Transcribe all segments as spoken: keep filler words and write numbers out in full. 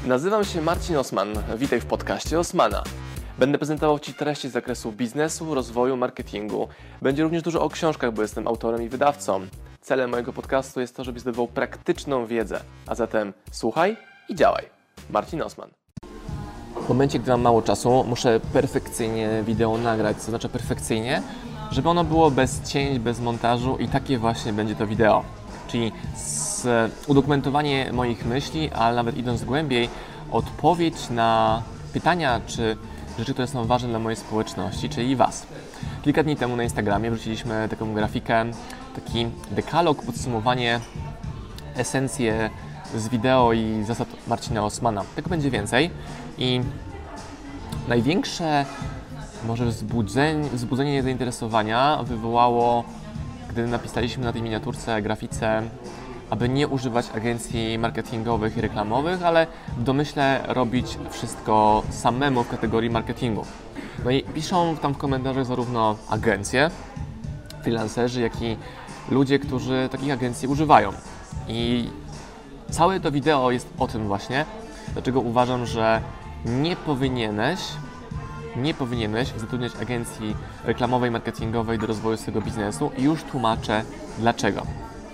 Nazywam się Marcin Osman. Witaj w podcaście Osmana. Będę prezentował Ci treści z zakresu biznesu, rozwoju, marketingu. Będzie również dużo o książkach, bo jestem autorem i wydawcą. Celem mojego podcastu jest to, żebyś zdobywał praktyczną wiedzę. A zatem słuchaj i działaj. Marcin Osman. W momencie, gdy mam mało czasu, muszę perfekcyjnie wideo nagrać, co znaczy perfekcyjnie, żeby ono było bez cięć, bez montażu i takie właśnie będzie to wideo. Czyli z, udokumentowanie moich myśli, ale nawet idąc głębiej, odpowiedź na pytania czy rzeczy, które są ważne dla mojej społeczności, czyli Was. Kilka dni temu na Instagramie wrzuciliśmy taką grafikę, taki dekalog, podsumowanie, esencję z wideo i zasad Marcina Osmana. Tego będzie więcej i największe może wzbudzenie, wzbudzenie zainteresowania wywołało, gdy napisaliśmy na tej miniaturce, grafice, aby nie używać agencji marketingowych i reklamowych, ale w domyśle robić wszystko samemu w kategorii marketingu. No i piszą tam w komentarzach zarówno agencje, freelancerzy, jak i ludzie, którzy takich agencji używają. I całe to wideo jest o tym właśnie, dlaczego uważam, że nie powinieneś Nie powinieneś zatrudniać agencji reklamowej, marketingowej do rozwoju swojego biznesu i już tłumaczę dlaczego.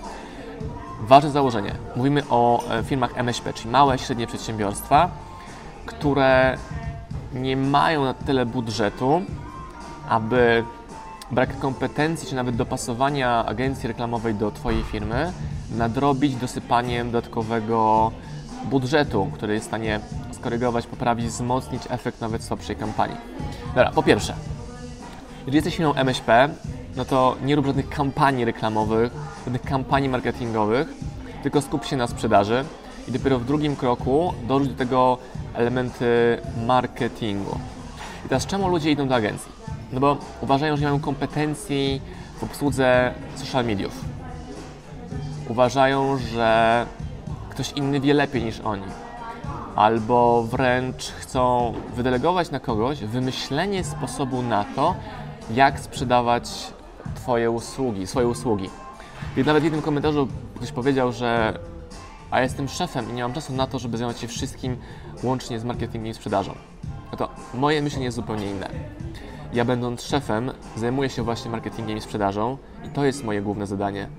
Ważne założenie. Mówimy o firmach M S P, czyli małe, średnie przedsiębiorstwa, które nie mają na tyle budżetu, aby brak kompetencji czy nawet dopasowania agencji reklamowej do Twojej firmy nadrobić dosypaniem dodatkowego budżetu, który jest w stanie skorygować, poprawić, wzmocnić efekt nawet słabszej kampanii. Dobra, po pierwsze, jeżeli jesteś firmą M S P, no to nie rób żadnych kampanii reklamowych, żadnych kampanii marketingowych, tylko skup się na sprzedaży i dopiero w drugim kroku dorzuć do tego elementy marketingu. I teraz czemu ludzie idą do agencji? No bo uważają, że nie mają kompetencji w obsłudze social mediów. Uważają, że ktoś inny wie lepiej niż oni. Albo wręcz chcą wydelegować na kogoś wymyślenie sposobu na to, jak sprzedawać Twoje usługi, swoje usługi. I nawet w jednym komentarzu ktoś powiedział, że a jestem szefem i nie mam czasu na to, żeby zająć się wszystkim łącznie z marketingiem i sprzedażą. No to moje myślenie jest zupełnie inne. Ja będąc szefem zajmuję się właśnie marketingiem i sprzedażą i to jest moje główne zadanie.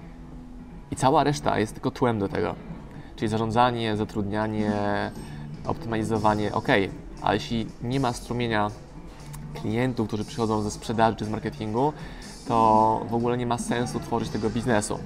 I cała reszta jest tylko tłem do tego. Czyli zarządzanie, zatrudnianie, optymalizowanie, ok, ale jeśli nie ma strumienia klientów, którzy przychodzą ze sprzedaży czy z marketingu, to w ogóle nie ma sensu tworzyć tego biznesu.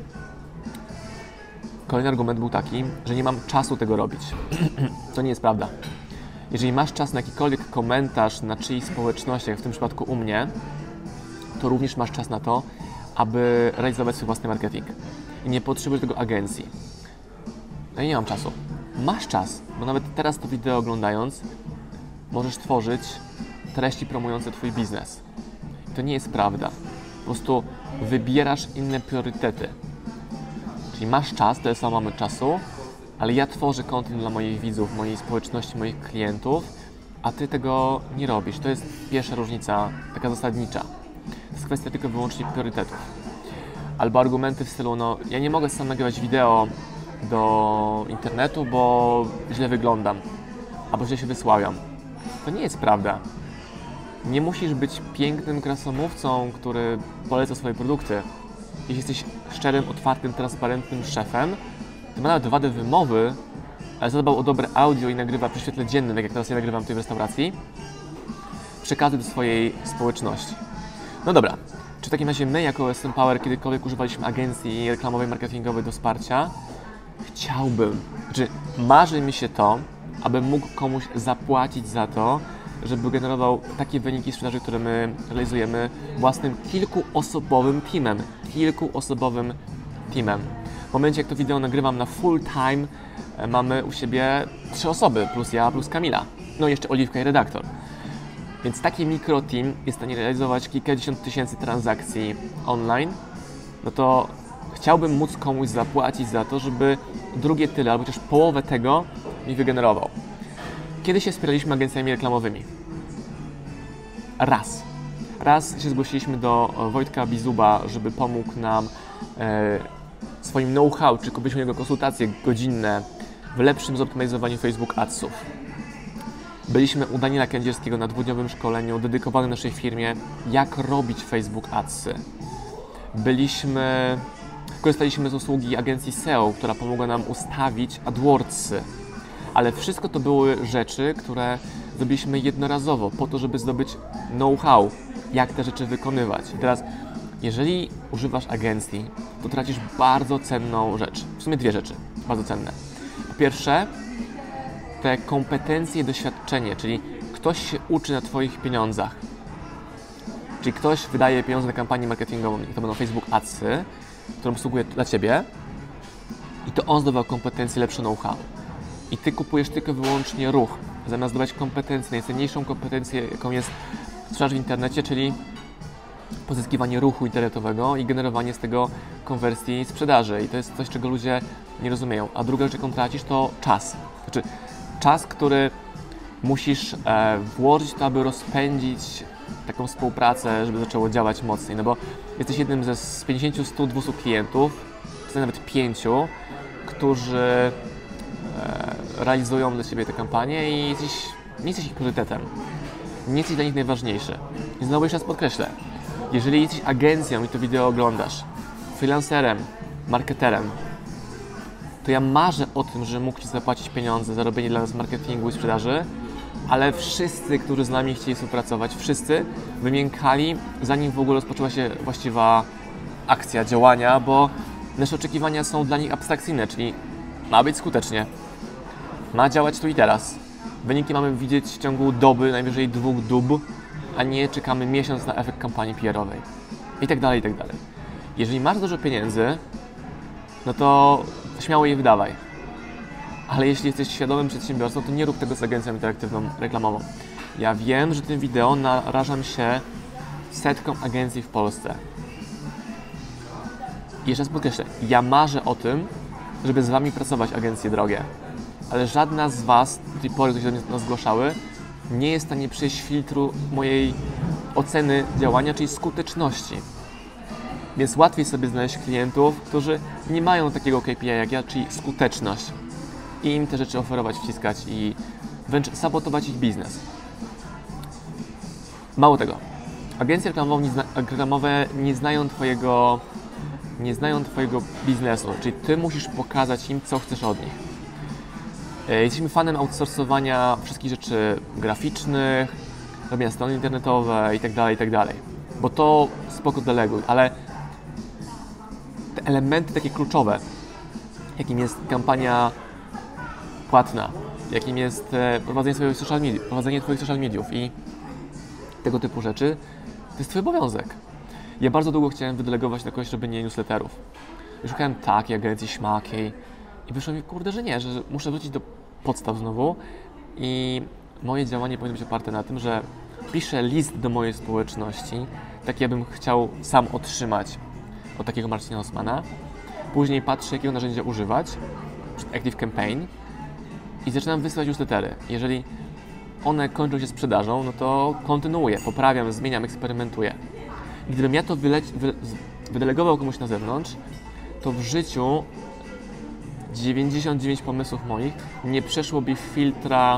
Kolejny argument był taki, że nie mam czasu tego robić. To nie jest prawda. Jeżeli masz czas na jakikolwiek komentarz na czyichś społecznościach, w tym przypadku u mnie, to również masz czas na to, aby realizować swój własny marketing. I nie potrzebujesz tego agencji. No i nie mam czasu. Masz czas, bo nawet teraz to wideo oglądając możesz tworzyć treści promujące Twój biznes. I to nie jest prawda. Po prostu wybierasz inne priorytety. Czyli masz czas, tyle samo mamy czasu, ale ja tworzę content dla moich widzów, mojej społeczności, moich klientów, a Ty tego nie robisz. To jest pierwsza różnica, taka zasadnicza. To jest kwestia tylko wyłącznie priorytetów. Albo argumenty w stylu, no ja nie mogę sam nagrywać wideo do internetu, bo źle wyglądam, albo źle się wysławiam. To nie jest prawda. Nie musisz być pięknym krasomówcą, który poleca swoje produkty. Jeśli jesteś szczerym, otwartym, transparentnym szefem, to ma nawet wadę wymowy, ale zadbał o dobre audio i nagrywa przy świetle dziennym, tak jak teraz ja nagrywam tutaj w restauracji, przekazy do swojej społeczności. No dobra, czy w takim razie my jako S M Power kiedykolwiek używaliśmy agencji reklamowej, marketingowej do wsparcia? Chciałbym, znaczy marzy mi się to, abym mógł komuś zapłacić za to, żeby generował takie wyniki sprzedaży, które my realizujemy własnym kilkuosobowym teamem. Kilkuosobowym teamem. W momencie, jak to wideo nagrywam na full time, mamy u siebie trzy osoby, plus ja, plus Kamila. No i jeszcze Oliwka i redaktor. Więc taki mikro team jest w stanie realizować kilkadziesiąt tysięcy transakcji online, no to chciałbym móc komuś zapłacić za to, żeby drugie tyle, albo chociaż połowę tego mi wygenerował. Kiedy się wspieraliśmy agencjami reklamowymi? Raz. Raz się zgłosiliśmy do Wojtka Bizuba, żeby pomógł nam e, swoim know-how, czy kupiliśmy jego konsultacje godzinne w lepszym zoptymalizowaniu Facebook Adsów. Byliśmy u Daniela Kędzierskiego na dwudniowym szkoleniu dedykowanym naszej firmie, jak robić Facebook Adsy. Byliśmy, korzystaliśmy z usługi agencji S E O, która pomogła nam ustawić AdWordsy. Ale wszystko to były rzeczy, które zrobiliśmy jednorazowo, po to, żeby zdobyć know-how, jak te rzeczy wykonywać. I teraz, jeżeli używasz agencji, to tracisz bardzo cenną rzecz. W sumie dwie rzeczy, bardzo cenne. Po pierwsze, te kompetencje i doświadczenie, czyli ktoś się uczy na Twoich pieniądzach. Czyli ktoś wydaje pieniądze na kampanię marketingową, i to będą Facebook Adsy, którą obsługuje dla Ciebie, i to on zdobywa kompetencje, lepsze know-how. I Ty kupujesz tylko i wyłącznie ruch, zamiast zdobywać kompetencję, najcenniejszą kompetencję, jaką jest sprzedaż w internecie, czyli pozyskiwanie ruchu internetowego i generowanie z tego konwersji sprzedaży. I to jest coś, czego ludzie nie rozumieją. A druga rzecz, jaką tracisz, to czas. Znaczy, czas, który musisz e, włożyć w to, aby rozpędzić taką współpracę, żeby zaczęło działać mocniej. No bo jesteś jednym ze z pięćdziesięciu, stu, dwustu klientów, czy nawet pięciu, którzy e, realizują dla Ciebie te kampanie i jesteś, nie jesteś ich priorytetem. Nie jesteś dla nich najważniejszy. I znowu jeszcze raz podkreślę, jeżeli jesteś agencją i to wideo oglądasz, freelancerem, marketerem, to ja marzę o tym, że mógł Ci zapłacić pieniądze za robienie dla nas marketingu i sprzedaży, ale wszyscy, którzy z nami chcieli współpracować, wszyscy wymiękali, zanim w ogóle rozpoczęła się właściwa akcja, działania, bo nasze oczekiwania są dla nich abstrakcyjne, czyli ma być skutecznie, ma działać tu i teraz. Wyniki mamy widzieć w ciągu doby, najwyżej dwóch dób, a nie czekamy miesiąc na efekt kampanii P R-owej. I tak dalej, i tak dalej. Jeżeli masz dużo pieniędzy, no to śmiało je wydawaj. Ale jeśli jesteś świadomym przedsiębiorcą, to nie rób tego z agencją interaktywną reklamową. Ja wiem, że tym wideo narażam się setkom agencji w Polsce. I jeszcze raz podkreślę, ja marzę o tym, żeby z Wami pracować, agencje drogie. Ale żadna z Was, do tej pory, które się do nas zgłaszały, nie jest w stanie przejść filtru mojej oceny działania, czyli skuteczności. Więc łatwiej sobie znaleźć klientów, którzy nie mają takiego K P I jak ja, czyli skuteczność. I im te rzeczy oferować, wciskać i wręcz sabotować ich biznes. Mało tego, agencje reklamowe nie, zna, reklamowe nie znają Twojego, nie znają Twojego biznesu, czyli Ty musisz pokazać im, co chcesz od nich. Jesteśmy fanem outsourcowania wszystkich rzeczy graficznych, robienia strony internetowe itd., itd., bo to spoko deleguj, ale te elementy takie kluczowe, jakim jest kampania płatna, jakim jest prowadzenie swoich social mediów, prowadzenie Twoich social mediów i tego typu rzeczy, to jest Twój obowiązek. Ja bardzo długo chciałem wydelegować na kogoś robienie newsletterów. Szukałem takiej agencji, śmakiej i wyszło mi, kurde, że nie, że muszę wrócić do podstaw znowu i moje działanie powinno być oparte na tym, że piszę list do mojej społeczności, taki jakbym chciał sam otrzymać od takiego Marcina Osmana. Później patrzę, jakiego narzędzia używać, Active Campaign, i zaczynam wysyłać newslettery. Jeżeli one kończą się sprzedażą, no to kontynuuję, poprawiam, zmieniam, eksperymentuję. Gdybym ja to wyleci, wy, wydelegował komuś na zewnątrz, to w życiu dziewięćdziesiąt dziewięć pomysłów moich nie przeszłoby filtra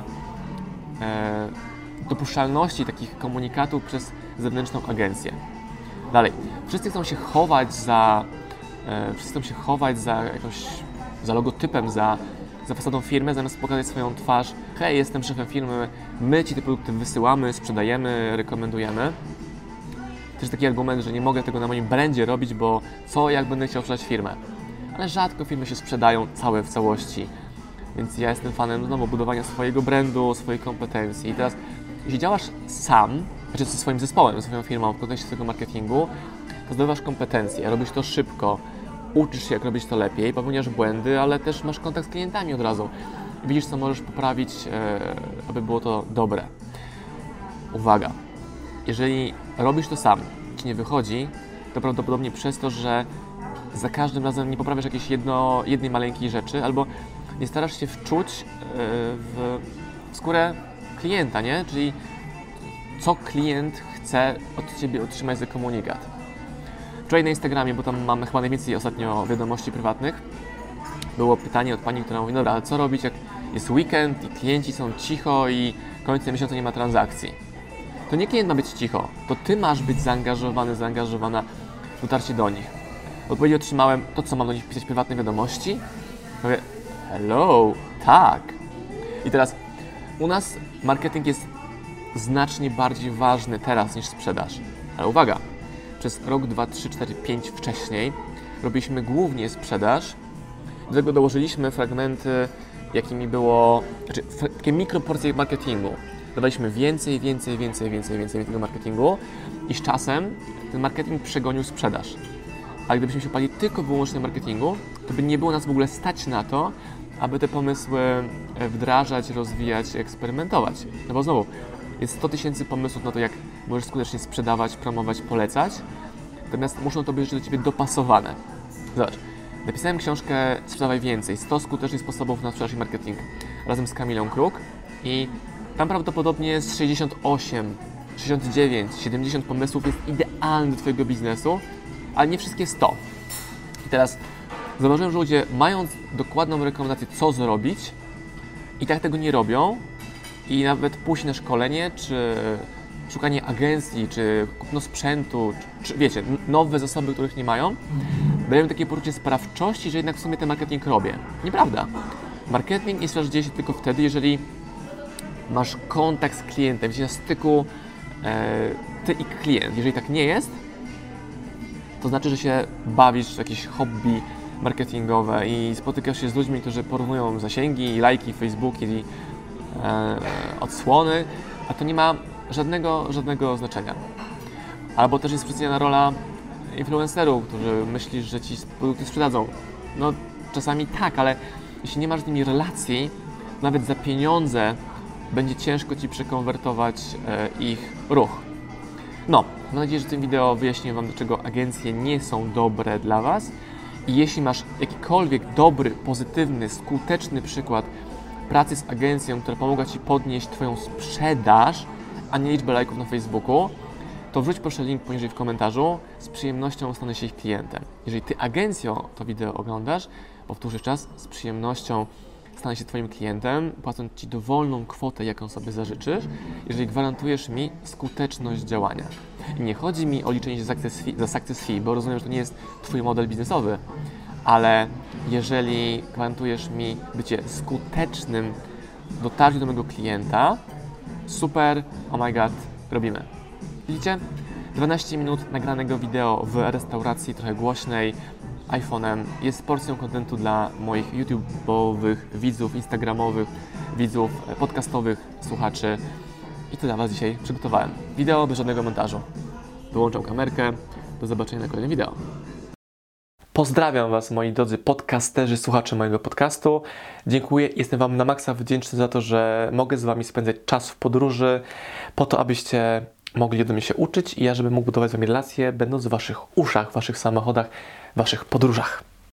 e, dopuszczalności takich komunikatów przez zewnętrzną agencję. Dalej, wszyscy chcą się chować za, e, wszyscy chcą się chować za jakąś, za logotypem, za, za fasadą firmy, zamiast pokazać swoją twarz. Hej, jestem szefem firmy, my Ci te produkty wysyłamy, sprzedajemy, rekomendujemy. Też taki argument, że nie mogę tego na moim brandzie robić, bo co jak będę chciał sprzedać firmę. Ale rzadko firmy się sprzedają całe w całości. Więc ja jestem fanem znowu budowania swojego brandu, swojej kompetencji. I teraz, jeśli działasz sam, znaczy ze swoim zespołem, ze swoją firmą w kontekście swojego marketingu, to zdobywasz kompetencje, robisz to szybko, uczysz się, jak robić to lepiej, popełniasz błędy, ale też masz kontakt z klientami od razu. Widzisz, co możesz poprawić, e, aby było to dobre. Uwaga! Jeżeli robisz to sam, Ci nie wychodzi, to prawdopodobnie przez to, że za każdym razem nie poprawiasz jakiejś jedno, jednej maleńkiej rzeczy, albo nie starasz się wczuć w, w skórę klienta, nie? Czyli co klient chce od Ciebie otrzymać za komunikat. Wczoraj na Instagramie, bo tam mamy chyba najwięcej ostatnio wiadomości prywatnych, było pytanie od pani, która mówi, dobra, ale co robić, jak jest weekend i klienci są cicho i końcem miesiąca nie ma transakcji? To nie klient ma być cicho, to ty masz być zaangażowany, zaangażowana w dotarcie do nich. Odpowiedzi otrzymałem, to co, mam do nich pisać prywatne wiadomości? Mówię, hello, tak. I teraz u nas marketing jest znacznie bardziej ważny teraz niż sprzedaż. Ale uwaga, przez rok, dwa, trzy, cztery, pięć wcześniej robiliśmy głównie sprzedaż. Do tego dołożyliśmy fragmenty, jakimi było, znaczy takie mikroporcje marketingu. Dawaliśmy więcej, więcej, więcej, więcej, więcej tego marketingu i z czasem ten marketing przegonił sprzedaż. Ale gdybyśmy się opali tylko wyłącznie na marketingu, to by nie było nas w ogóle stać na to, aby te pomysły wdrażać, rozwijać, eksperymentować. No bo znowu, jest sto tysięcy pomysłów na to, jak możesz skutecznie sprzedawać, promować, polecać, natomiast muszą to być rzeczy do Ciebie dopasowane. Zobacz, napisałem książkę Sprzedawaj więcej, sto skutecznych sposobów na sprzedaż i marketing razem z Kamilą Kruk i tam prawdopodobnie jest sześćdziesiąt osiem, sześćdziesiąt dziewięć, siedemdziesiąt pomysłów jest idealnych do Twojego biznesu, ale nie wszystkie sto. I teraz zauważyłem, że ludzie mając dokładną rekomendację, co zrobić, i tak tego nie robią i nawet pójść na szkolenie, czy szukanie agencji, czy kupno sprzętu, czy, czy wiecie, nowe zasoby, których nie mają, dają takie poczucie sprawczości, że jednak w sumie ten marketing robię. Nieprawda. Marketing jest dzieje się tylko wtedy, jeżeli masz kontakt z klientem, jesteś na styku e, ty i klient. Jeżeli tak nie jest, to znaczy, że się bawisz w jakieś hobby marketingowe i spotykasz się z ludźmi, którzy porównują zasięgi, lajki, Facebooki i e, odsłony, a to nie ma żadnego, żadnego znaczenia. Albo też jest specjalna rola influencerów, którzy myślisz, że ci produkty sprzedadzą. No czasami tak, ale jeśli nie masz z nimi relacji, nawet za pieniądze będzie ciężko Ci przekonwertować e, ich ruch. No, mam nadzieję, że w tym wideo wyjaśniłem Wam, dlaczego agencje nie są dobre dla Was. I jeśli masz jakikolwiek dobry, pozytywny, skuteczny przykład pracy z agencją, która pomogła Ci podnieść Twoją sprzedaż, a nie liczbę lajków na Facebooku, to wrzuć proszę link poniżej w komentarzu. Z przyjemnością stanę się ich klientem. Jeżeli Ty agencjo to wideo oglądasz, powtórzę czas, z przyjemnością stanę się Twoim klientem, płacąc Ci dowolną kwotę, jaką sobie zażyczysz, jeżeli gwarantujesz mi skuteczność działania. I nie chodzi mi o liczenie się za success fee, za success fee, bo rozumiem, że to nie jest Twój model biznesowy, ale jeżeli gwarantujesz mi bycie skutecznym w dotarciu do mojego klienta, super, oh my god, robimy. Widzicie? dwanaście minut nagranego wideo w restauracji, trochę głośnej, iPhone'em, jest porcją kontentu dla moich YouTube'owych widzów, instagramowych widzów, podcastowych słuchaczy i to dla Was dzisiaj przygotowałem. Wideo bez żadnego montażu. Wyłączam kamerkę. Do zobaczenia na kolejnym wideo. Pozdrawiam Was, moi drodzy podcasterzy, słuchacze mojego podcastu. Dziękuję, jestem Wam na maksa wdzięczny za to, że mogę z Wami spędzać czas w podróży, po to, abyście mogli ode mnie się uczyć i ja, żebym mógł budować z Wami relacje, będąc w Waszych uszach, w Waszych samochodach, w Waszych podróżach.